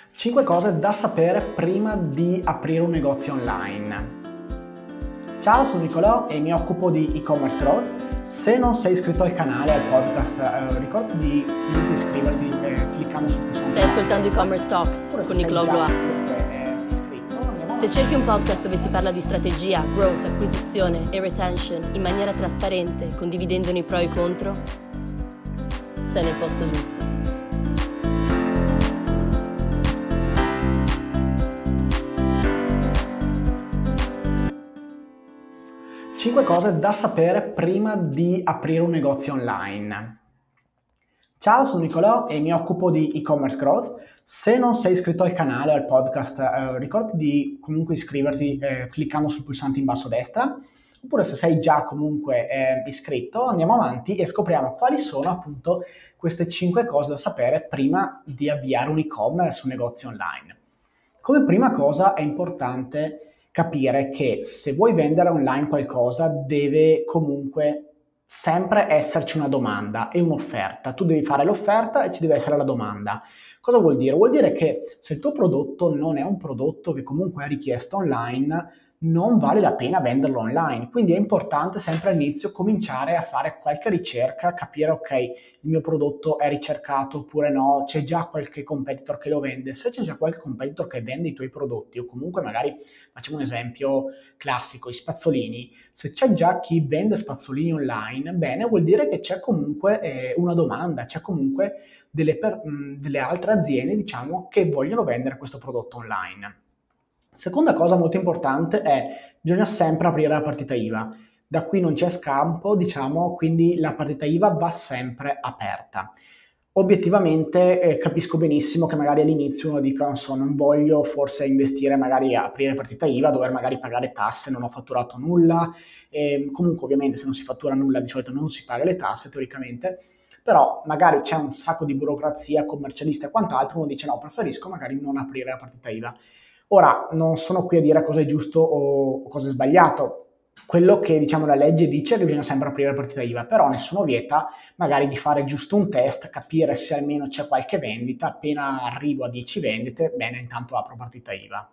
5 cose da sapere prima di aprire un negozio online. Ciao, sono Nicolò e mi occupo di e-commerce growth. Se non sei iscritto al canale, al podcast, ricorda di iscriverti cliccando sul pulsante. Stai ascoltando e-commerce talks con Nicolò Gloazzi. Se cerchi un podcast dove si parla di strategia, growth, acquisizione e retention in maniera trasparente, condividendone i pro e i contro, sei nel posto giusto. 5 cose da sapere prima di aprire un negozio online. Ciao, sono Nicolò e mi occupo di e-commerce growth. Se non sei iscritto al canale o al podcast, ricorda di comunque iscriverti cliccando sul pulsante in basso a destra, oppure se sei già comunque iscritto, andiamo avanti e scopriamo quali sono appunto queste 5 cose da sapere prima di avviare un e-commerce, un negozio online. Come prima cosa è importante capire che se vuoi vendere online qualcosa deve comunque sempre esserci una domanda e un'offerta. Tu devi fare l'offerta e ci deve essere la domanda. Cosa vuol dire? Vuol dire che se il tuo prodotto non è un prodotto che comunque è richiesto online, non vale la pena venderlo online. Quindi è importante sempre all'inizio cominciare a fare qualche ricerca, capire ok, il mio prodotto è ricercato oppure no, c'è già qualche competitor che lo vende. Se c'è già qualche competitor che vende i tuoi prodotti o comunque magari, facciamo un esempio classico, i spazzolini, se c'è già chi vende spazzolini online, bene, vuol dire che c'è comunque una domanda, c'è comunque delle altre aziende, diciamo, che vogliono vendere questo prodotto online. Seconda cosa molto importante è, bisogna sempre aprire la partita IVA. Da qui non c'è scampo, diciamo, quindi la partita IVA va sempre aperta. Obiettivamente capisco benissimo che magari all'inizio uno dica, non so, non voglio forse investire magari a aprire partita IVA, dover magari pagare tasse, non ho fatturato nulla, comunque ovviamente se non si fattura nulla di solito non si paga le tasse teoricamente, però magari c'è un sacco di burocrazia, commercialista e quant'altro, uno dice no, preferisco magari non aprire la partita IVA. Ora, non sono qui a dire cosa è giusto o cosa è sbagliato. Quello che, diciamo, la legge dice è che bisogna sempre aprire la partita IVA, però nessuno vieta magari di fare giusto un test, capire se almeno c'è qualche vendita, appena arrivo a 10 vendite, bene, intanto apro partita IVA.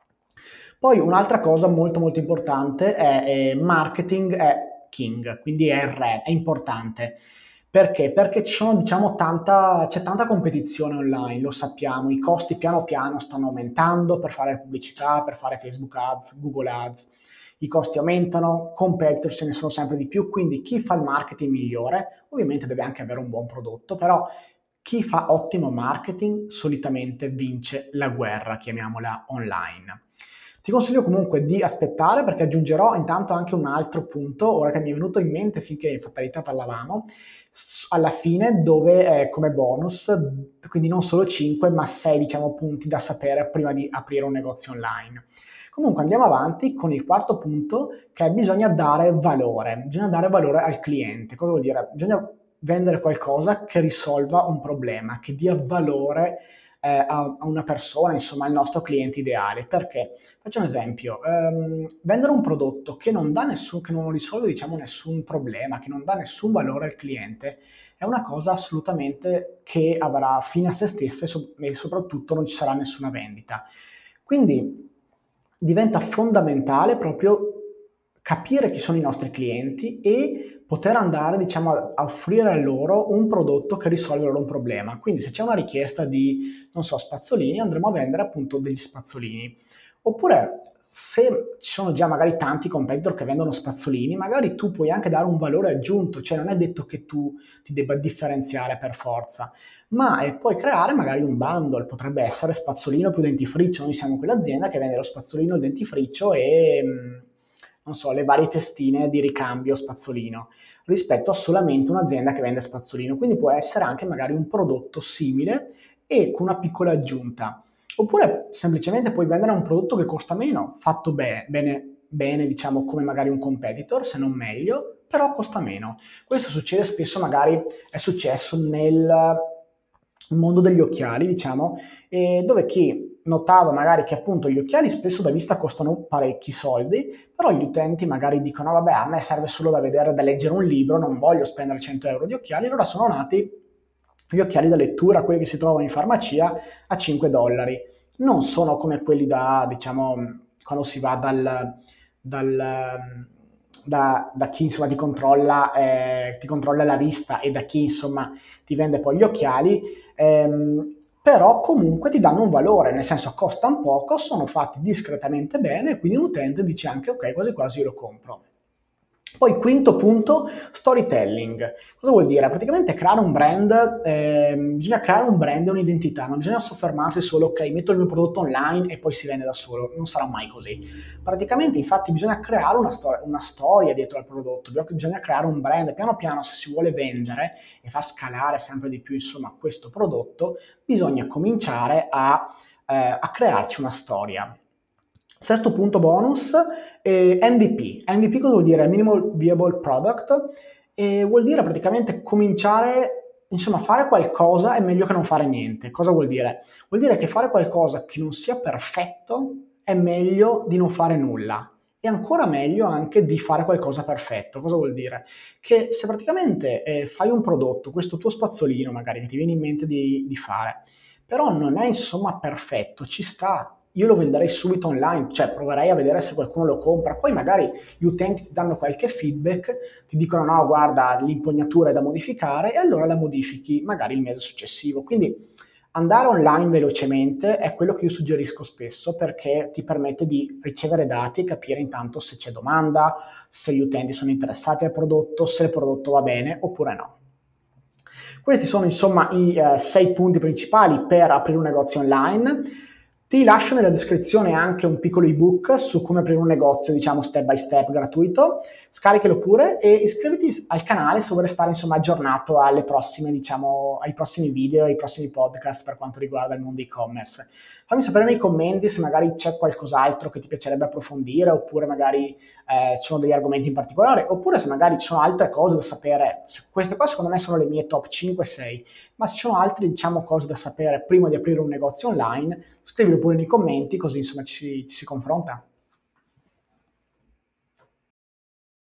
Poi un'altra cosa molto molto importante è marketing è king, quindi è il re, è importante. Perché? Perché ci sono, diciamo, c'è tanta competizione online, lo sappiamo, i costi piano piano stanno aumentando per fare pubblicità, per fare Facebook Ads, Google Ads, i costi aumentano, competitor ce ne sono sempre di più, quindi chi fa il marketing migliore, ovviamente deve anche avere un buon prodotto, però chi fa ottimo marketing solitamente vince la guerra, chiamiamola online. Ti consiglio comunque di aspettare perché aggiungerò intanto anche un altro punto, ora che mi è venuto in mente finché in fatalità parlavamo, alla fine dove è come bonus, quindi non solo 5 ma 6 diciamo punti da sapere prima di aprire un negozio online. Comunque andiamo avanti con il quarto punto che è bisogna dare valore al cliente. Cosa vuol dire? Bisogna vendere qualcosa che risolva un problema, che dia valore a una persona, insomma al nostro cliente ideale. Perché? Faccio un esempio, vendere un prodotto che non risolve diciamo nessun problema, che non dà nessun valore al cliente, è una cosa assolutamente che avrà fine a se stessa e soprattutto non ci sarà nessuna vendita. Quindi diventa fondamentale proprio capire chi sono i nostri clienti e poter andare, diciamo, a offrire a loro un prodotto che risolve loro un problema. Quindi se c'è una richiesta di, non so, spazzolini, andremo a vendere appunto degli spazzolini. Oppure se ci sono già magari tanti competitor che vendono spazzolini, magari tu puoi anche dare un valore aggiunto, cioè non è detto che tu ti debba differenziare per forza, ma puoi creare magari un bundle, potrebbe essere spazzolino più dentifricio, noi siamo quell'azienda che vende lo spazzolino, il dentifricio e non so, le varie testine di ricambio spazzolino, rispetto a solamente un'azienda che vende spazzolino, quindi può essere anche magari un prodotto simile e con una piccola aggiunta. Oppure semplicemente puoi vendere un prodotto che costa meno, fatto bene, diciamo come magari un competitor, se non meglio, però costa meno. Questo succede spesso, magari è successo nel mondo degli occhiali, diciamo, dove chi notava magari che appunto gli occhiali spesso da vista costano parecchi soldi, però gli utenti magari dicono vabbè, a me serve solo da vedere, da leggere un libro, non voglio spendere 100 euro di occhiali, allora sono nati gli occhiali da lettura, quelli che si trovano in farmacia, a $5. Non sono come quelli da, diciamo, quando si va dal, da chi insomma ti controlla la vista e da chi insomma ti vende poi gli occhiali, però comunque ti danno un valore, nel senso costano poco, sono fatti discretamente bene e quindi un utente dice anche ok, quasi quasi io lo compro. Poi quinto punto, storytelling. Cosa vuol dire? Praticamente creare un brand, bisogna creare un brand e un'identità, non bisogna soffermarsi solo, ok, metto il mio prodotto online e poi si vende da solo, non sarà mai così. Praticamente infatti bisogna creare una storia dietro al prodotto, bisogna creare un brand, piano piano se si vuole vendere e far scalare sempre di più insomma questo prodotto, bisogna cominciare a crearci una storia. Sesto punto bonus, MVP. MVP cosa vuol dire? Minimal Viable Product, e vuol dire praticamente cominciare, insomma, fare qualcosa è meglio che non fare niente. Cosa vuol dire? Vuol dire che fare qualcosa che non sia perfetto è meglio di non fare nulla. E ancora meglio anche di fare qualcosa perfetto. Cosa vuol dire? Che se praticamente fai un prodotto, questo tuo spazzolino magari che ti viene in mente di fare, però non è insomma perfetto, ci sta. Io lo venderei subito online, cioè proverei a vedere se qualcuno lo compra, poi magari gli utenti ti danno qualche feedback, ti dicono no, guarda, l'impugnatura è da modificare e allora la modifichi magari il mese successivo. Quindi andare online velocemente è quello che io suggerisco spesso perché ti permette di ricevere dati e capire intanto se c'è domanda, se gli utenti sono interessati al prodotto, se il prodotto va bene oppure no. Questi sono insomma i 6 punti principali per aprire un negozio online. Ti lascio nella descrizione anche un piccolo ebook su come aprire un negozio, diciamo step by step gratuito. Scaricalo pure e iscriviti al canale se vuoi restare insomma aggiornato alle prossime, diciamo, ai prossimi video, ai prossimi podcast per quanto riguarda il mondo e-commerce. Fammi sapere nei commenti se magari c'è qualcos'altro che ti piacerebbe approfondire oppure magari ci sono degli argomenti in particolare oppure se magari ci sono altre cose da sapere. Queste qua secondo me sono le mie top 5-6, ma se ci sono altre diciamo cose da sapere prima di aprire un negozio online, scrivilo pure nei commenti così insomma ci si confronta.